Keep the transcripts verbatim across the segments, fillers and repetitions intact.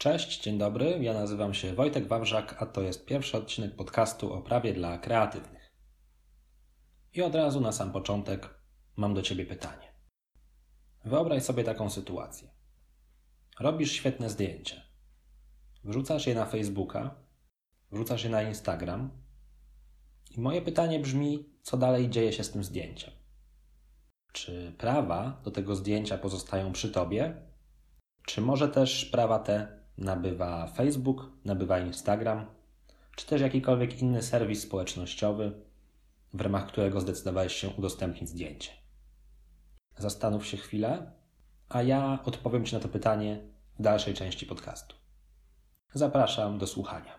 Cześć, dzień dobry, ja nazywam się Wojtek Wawrzak, a to jest pierwszy odcinek podcastu o prawie dla kreatywnych. I od razu na sam początek mam do Ciebie pytanie. Wyobraź sobie taką sytuację. Robisz świetne zdjęcie. Wrzucasz je na Facebooka, wrzucasz je na Instagram i moje pytanie brzmi, co dalej dzieje się z tym zdjęciem? Czy prawa do tego zdjęcia pozostają przy Tobie? Czy może też prawa te nabywa Facebook, nabywa Instagram, czy też jakikolwiek inny serwis społecznościowy, w ramach którego zdecydowałeś się udostępnić zdjęcie? Zastanów się chwilę, a ja odpowiem Ci na to pytanie w dalszej części podcastu. Zapraszam do słuchania.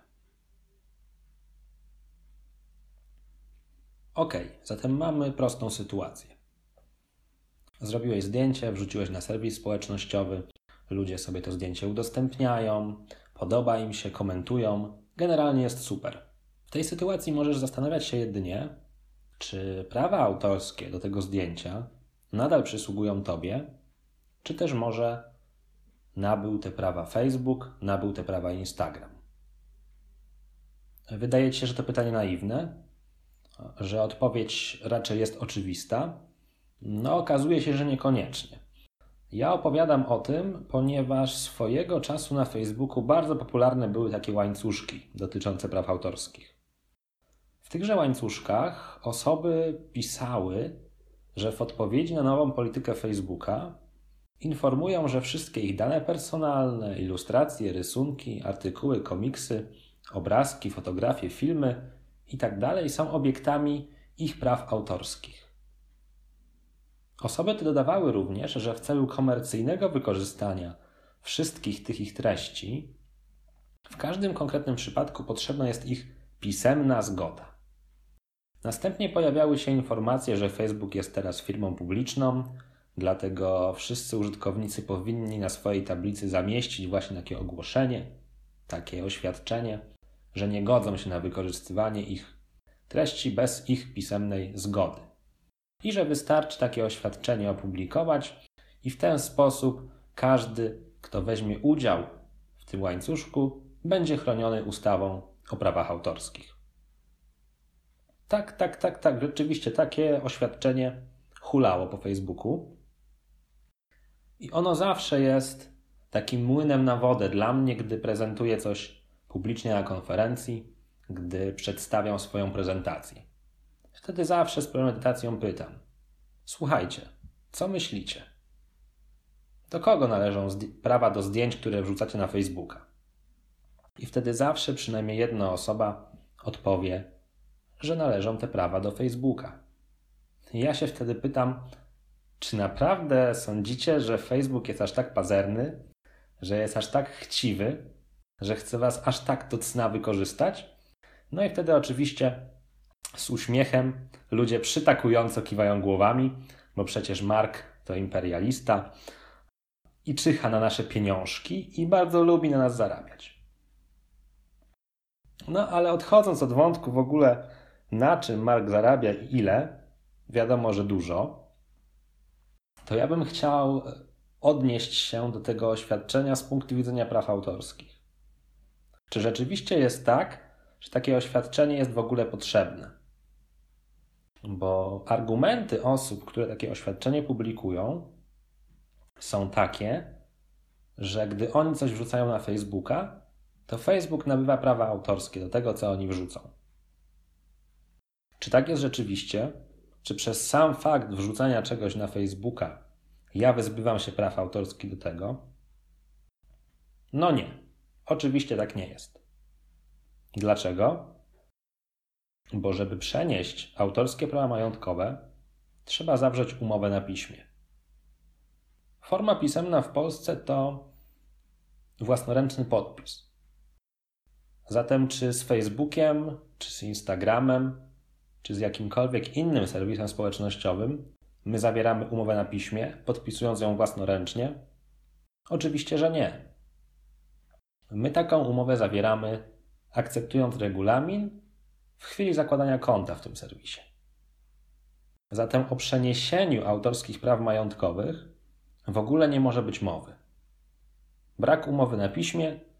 Ok, zatem mamy prostą sytuację. Zrobiłeś zdjęcie, wrzuciłeś na serwis społecznościowy, ludzie sobie to zdjęcie udostępniają, podoba im się, komentują, generalnie jest super. W tej sytuacji możesz zastanawiać się jedynie, czy prawa autorskie do tego zdjęcia nadal przysługują Tobie, czy też może nabył te prawa Facebook, nabył te prawa Instagram. Wydaje Ci się, że to pytanie naiwne, że odpowiedź raczej jest oczywista. No, okazuje się, że niekoniecznie. Ja opowiadam o tym, ponieważ swojego czasu na Facebooku bardzo popularne były takie łańcuszki dotyczące praw autorskich. W tychże łańcuszkach osoby pisały, że w odpowiedzi na nową politykę Facebooka informują, że wszystkie ich dane personalne, ilustracje, rysunki, artykuły, komiksy, obrazki, fotografie, filmy itd. są obiektami ich praw autorskich. Osoby te dodawały również, że w celu komercyjnego wykorzystania wszystkich tych ich treści, w każdym konkretnym przypadku potrzebna jest ich pisemna zgoda. Następnie pojawiały się informacje, że Facebook jest teraz firmą publiczną, dlatego wszyscy użytkownicy powinni na swojej tablicy zamieścić właśnie takie ogłoszenie, takie oświadczenie, że nie godzą się na wykorzystywanie ich treści bez ich pisemnej zgody. I że wystarczy takie oświadczenie opublikować i w ten sposób każdy, kto weźmie udział w tym łańcuszku, będzie chroniony ustawą o prawach autorskich. Tak, tak, tak, tak, rzeczywiście takie oświadczenie hulało po Facebooku i ono zawsze jest takim młynem na wodę dla mnie, gdy prezentuję coś publicznie na konferencji, gdy przedstawiam swoją prezentację. Wtedy zawsze z premedytacją pytam: słuchajcie, co myślicie? Do kogo należą zdj- prawa do zdjęć, które wrzucacie na Facebooka? I wtedy zawsze przynajmniej jedna osoba odpowie, że należą te prawa do Facebooka. I ja się wtedy pytam, czy naprawdę sądzicie, że Facebook jest aż tak pazerny, że jest aż tak chciwy, że chce was aż tak do cna wykorzystać? No i wtedy oczywiście z uśmiechem ludzie przytakująco kiwają głowami, bo przecież Mark to imperialista i czyha na nasze pieniążki i bardzo lubi na nas zarabiać. No ale odchodząc od wątku w ogóle, na czym Mark zarabia i ile, wiadomo, że dużo, to ja bym chciał odnieść się do tego oświadczenia z punktu widzenia praw autorskich. Czy rzeczywiście jest tak, że takie oświadczenie jest w ogóle potrzebne? Bo argumenty osób, które takie oświadczenie publikują, są takie, że gdy oni coś wrzucają na Facebooka, to Facebook nabywa prawa autorskie do tego, co oni wrzucą. Czy tak jest rzeczywiście? Czy przez sam fakt wrzucania czegoś na Facebooka ja wyzbywam się praw autorskich do tego? No nie. Oczywiście tak nie jest. Dlaczego? Bo żeby przenieść autorskie prawa majątkowe, trzeba zawrzeć umowę na piśmie. Forma pisemna w Polsce to własnoręczny podpis. Zatem czy z Facebookiem, czy z Instagramem, czy z jakimkolwiek innym serwisem społecznościowym my zawieramy umowę na piśmie, podpisując ją własnoręcznie? Oczywiście, że nie. My taką umowę zawieramy, akceptując regulamin w chwili zakładania konta w tym serwisie. Zatem o przeniesieniu autorskich praw majątkowych w ogóle nie może być mowy. Brak umowy na piśmie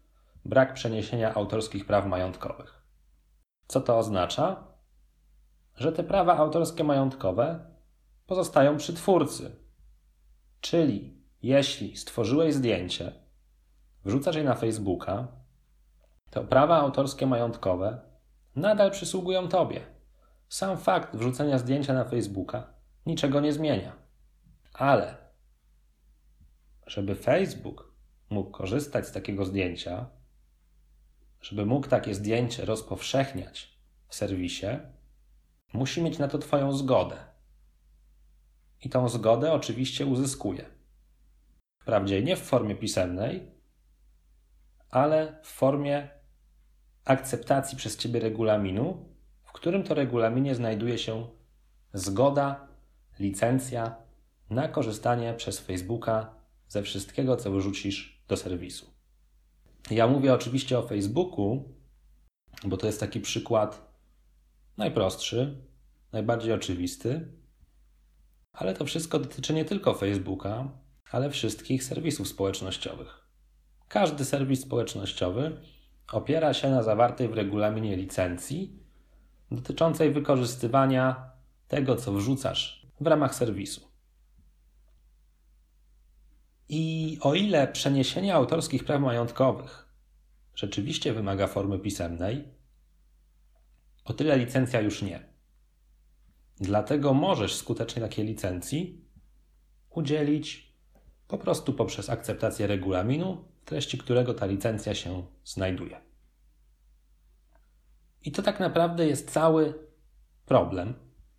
brak przeniesienia autorskich praw majątkowych. Co to oznacza? Że te prawa autorskie majątkowe pozostają przy twórcy. Czyli jeśli stworzyłeś zdjęcie, wrzucasz je na Facebooka, to prawa autorskie majątkowe nadal przysługują tobie. Sam fakt wrzucenia zdjęcia na Facebooka niczego nie zmienia. Ale żeby Facebook mógł korzystać z takiego zdjęcia, żeby mógł takie zdjęcie rozpowszechniać w serwisie, musi mieć na to twoją zgodę. I tą zgodę oczywiście uzyskuje. Wprawdzie nie w formie pisemnej, ale w formie akceptacji przez ciebie regulaminu, w którym to regulaminie znajduje się zgoda, licencja na korzystanie przez Facebooka ze wszystkiego, co wrzucisz do serwisu. Ja mówię oczywiście o Facebooku, bo to jest taki przykład najprostszy, najbardziej oczywisty, ale to wszystko dotyczy nie tylko Facebooka, ale wszystkich serwisów społecznościowych. Każdy serwis społecznościowy opiera się na zawartej w regulaminie licencji dotyczącej wykorzystywania tego, co wrzucasz w ramach serwisu. I o ile przeniesienie autorskich praw majątkowych rzeczywiście wymaga formy pisemnej, o tyle licencja już nie. Dlatego możesz skutecznie takiej licencji udzielić po prostu poprzez akceptację regulaminu, w treści którego ta licencja się znajduje. I to tak naprawdę jest cały problem.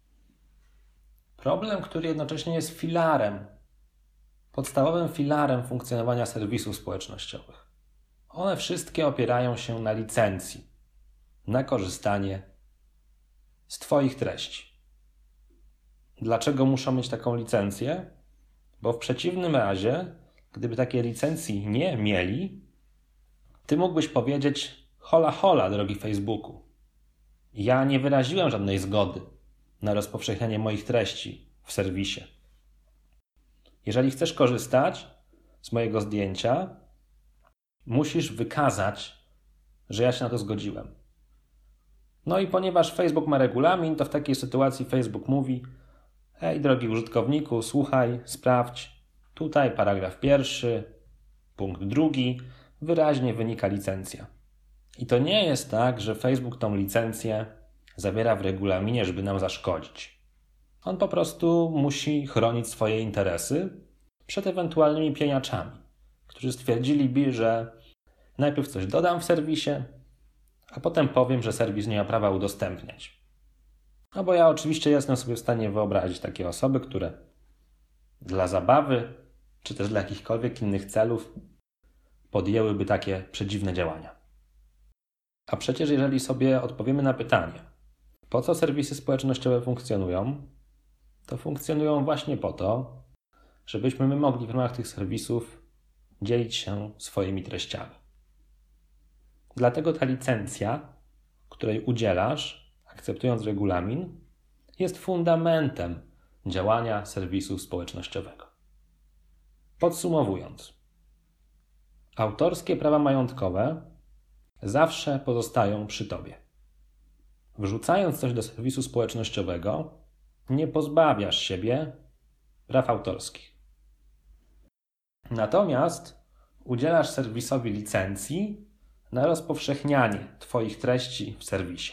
Problem, który jednocześnie jest filarem, podstawowym filarem funkcjonowania serwisów społecznościowych. One wszystkie opierają się na licencji, na korzystanie z twoich treści. Dlaczego muszą mieć taką licencję? Bo w przeciwnym razie, gdyby takiej licencji nie mieli, ty mógłbyś powiedzieć: hola hola, drogi Facebooku, ja nie wyraziłem żadnej zgody na rozpowszechnianie moich treści w serwisie. Jeżeli chcesz korzystać z mojego zdjęcia, musisz wykazać, że ja się na to zgodziłem. No i ponieważ Facebook ma regulamin, to w takiej sytuacji Facebook mówi: hej, drogi użytkowniku, słuchaj, sprawdź, tutaj paragraf pierwszy, punkt drugi, wyraźnie wynika licencja. I to nie jest tak, że Facebook tą licencję zawiera w regulaminie, żeby nam zaszkodzić. On po prostu musi chronić swoje interesy przed ewentualnymi pieniaczami, którzy stwierdziliby, że najpierw coś dodam w serwisie, a potem powiem, że serwis nie ma prawa udostępniać. No bo ja oczywiście jestem sobie w stanie wyobrazić takie osoby, które dla zabawy, czy też dla jakichkolwiek innych celów podjęłyby takie przedziwne działania. A przecież jeżeli sobie odpowiemy na pytanie, po co serwisy społecznościowe funkcjonują, to funkcjonują właśnie po to, żebyśmy my mogli w ramach tych serwisów dzielić się swoimi treściami. Dlatego ta licencja, której udzielasz, akceptując regulamin, jest fundamentem działania serwisu społecznościowego. Podsumowując, autorskie prawa majątkowe zawsze pozostają przy tobie. Wrzucając coś do serwisu społecznościowego, nie pozbawiasz siebie praw autorskich. Natomiast udzielasz serwisowi licencji na rozpowszechnianie twoich treści w serwisie.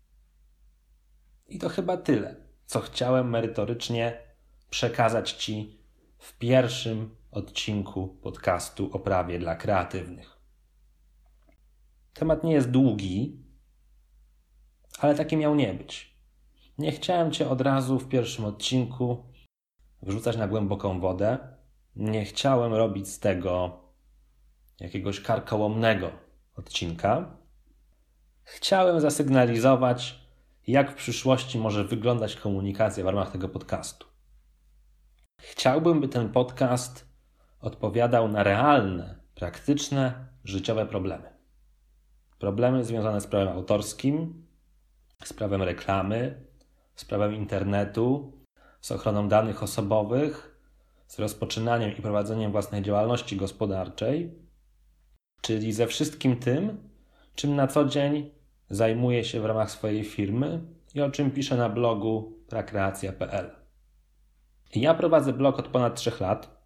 I to chyba tyle, co chciałem merytorycznie przekazać ci w pierwszym odcinku podcastu o prawie dla kreatywnych. Temat nie jest długi, ale taki miał nie być. Nie chciałem cię od razu w pierwszym odcinku wrzucać na głęboką wodę. Nie chciałem robić z tego jakiegoś karkołomnego odcinka. Chciałem zasygnalizować, jak w przyszłości może wyglądać komunikacja w ramach tego podcastu. Chciałbym, by ten podcast odpowiadał na realne, praktyczne, życiowe problemy. Problemy związane z prawem autorskim, z prawem reklamy, z prawem internetu, z ochroną danych osobowych, z rozpoczynaniem i prowadzeniem własnej działalności gospodarczej, czyli ze wszystkim tym, czym na co dzień zajmuję się w ramach swojej firmy i o czym piszę na blogu prakreacja kropka p l. Ja prowadzę blog od ponad trzech lat.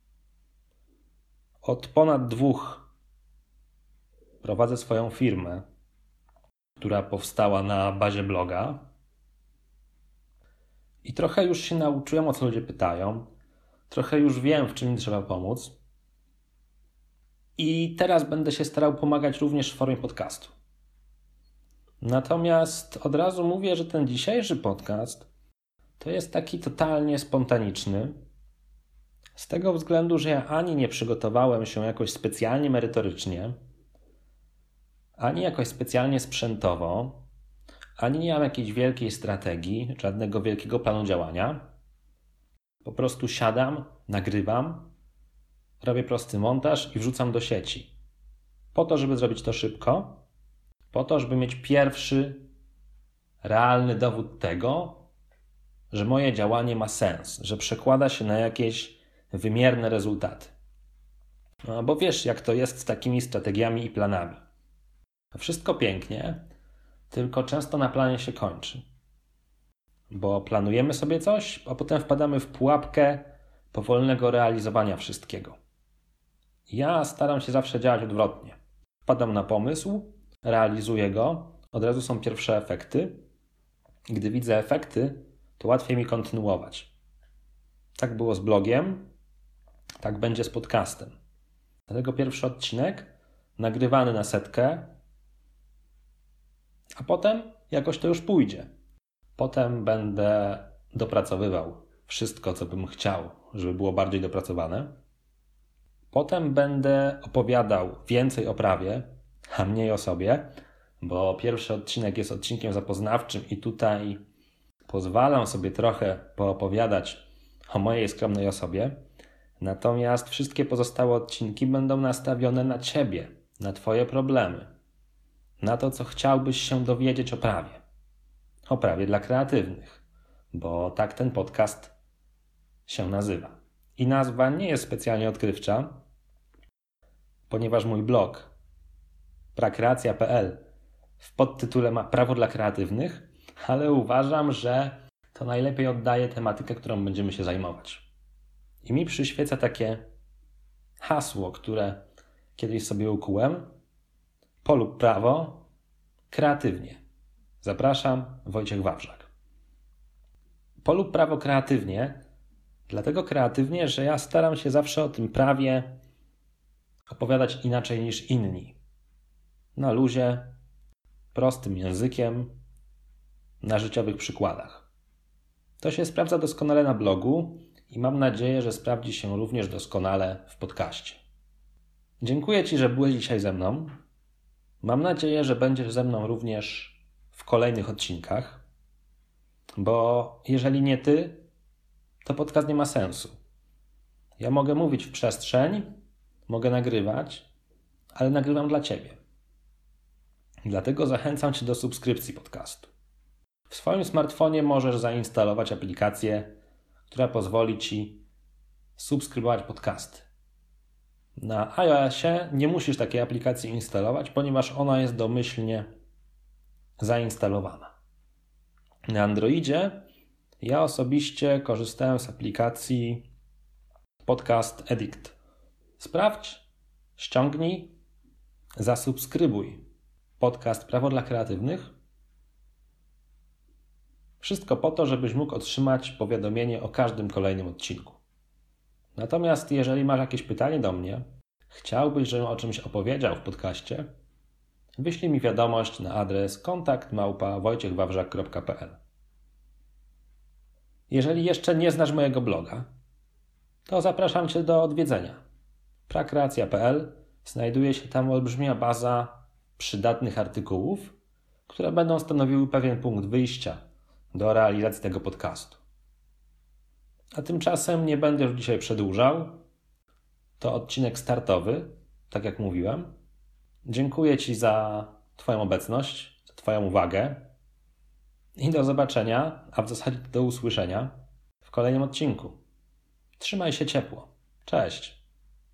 Od ponad dwóch prowadzę swoją firmę, która powstała na bazie bloga. I trochę już się nauczyłem, o co ludzie pytają. Trochę już wiem, w czym im trzeba pomóc. I teraz będę się starał pomagać również w formie podcastu. Natomiast od razu mówię, że ten dzisiejszy podcast to jest taki totalnie spontaniczny. Z tego względu, że ja ani nie przygotowałem się jakoś specjalnie merytorycznie, ani jakoś specjalnie sprzętowo, ani nie mam jakiejś wielkiej strategii, żadnego wielkiego planu działania. Po prostu siadam, nagrywam, robię prosty montaż i wrzucam do sieci. Po to, żeby zrobić to szybko, po to, żeby mieć pierwszy realny dowód tego, że moje działanie ma sens, że przekłada się na jakieś wymierne rezultaty. No, bo wiesz, jak to jest z takimi strategiami i planami. Wszystko pięknie, tylko często na planie się kończy. Bo planujemy sobie coś, a potem wpadamy w pułapkę powolnego realizowania wszystkiego. Ja staram się zawsze działać odwrotnie. Wpadam na pomysł, realizuję go, od razu są pierwsze efekty. Gdy widzę efekty, to łatwiej mi kontynuować. Tak było z blogiem, tak będzie z podcastem. Dlatego pierwszy odcinek nagrywany na setkę, a potem jakoś to już pójdzie. Potem będę dopracowywał wszystko, co bym chciał, żeby było bardziej dopracowane. Potem będę opowiadał więcej o prawie, a mniej o sobie, bo pierwszy odcinek jest odcinkiem zapoznawczym i tutaj pozwalam sobie trochę poopowiadać o mojej skromnej osobie. Natomiast wszystkie pozostałe odcinki będą nastawione na Ciebie, na Twoje problemy, na to, co chciałbyś się dowiedzieć o prawie. O prawie dla kreatywnych, bo tak ten podcast się nazywa. I nazwa nie jest specjalnie odkrywcza, ponieważ mój blog prakreacja kropka p l w podtytule ma prawo dla kreatywnych, ale uważam, że to najlepiej oddaje tematykę, którą będziemy się zajmować. I mi przyświeca takie hasło, które kiedyś sobie ukułem: polub prawo kreatywnie. Zapraszam, Wojciech Wawrzak. Polub prawo kreatywnie, dlatego kreatywnie, że ja staram się zawsze o tym prawie opowiadać inaczej niż inni. Na luzie, prostym językiem, na życiowych przykładach. To się sprawdza doskonale na blogu i mam nadzieję, że sprawdzi się również doskonale w podcaście. Dziękuję Ci, że byłeś dzisiaj ze mną. Mam nadzieję, że będziesz ze mną również w kolejnych odcinkach, bo jeżeli nie Ty, to podcast nie ma sensu. Ja mogę mówić w przestrzeń, mogę nagrywać, ale nagrywam dla Ciebie. Dlatego zachęcam Cię do subskrypcji podcastu. W swoim smartfonie możesz zainstalować aplikację, która pozwoli Ci subskrybować podcasty. Na iOSie nie musisz takiej aplikacji instalować, ponieważ ona jest domyślnie zainstalowana. Na Androidzie ja osobiście korzystałem z aplikacji Podcast Addict. Sprawdź, ściągnij, zasubskrybuj podcast Prawo dla Kreatywnych. Wszystko po to, żebyś mógł otrzymać powiadomienie o każdym kolejnym odcinku. Natomiast jeżeli masz jakieś pytanie do mnie, chciałbyś, żebym o czymś opowiedział w podcaście, wyślij mi wiadomość na adres kontakt małpa wojciechwawrzak kropka p l. Jeżeli jeszcze nie znasz mojego bloga, to zapraszam Cię do odwiedzenia. prakreacja kropka p l. Znajduje się tam olbrzymia baza przydatnych artykułów, które będą stanowiły pewien punkt wyjścia do realizacji tego podcastu. A tymczasem nie będę już dzisiaj przedłużał. To odcinek startowy, tak jak mówiłem. Dziękuję Ci za Twoją obecność, za Twoją uwagę i do zobaczenia, a w zasadzie do usłyszenia w kolejnym odcinku. Trzymaj się ciepło. Cześć.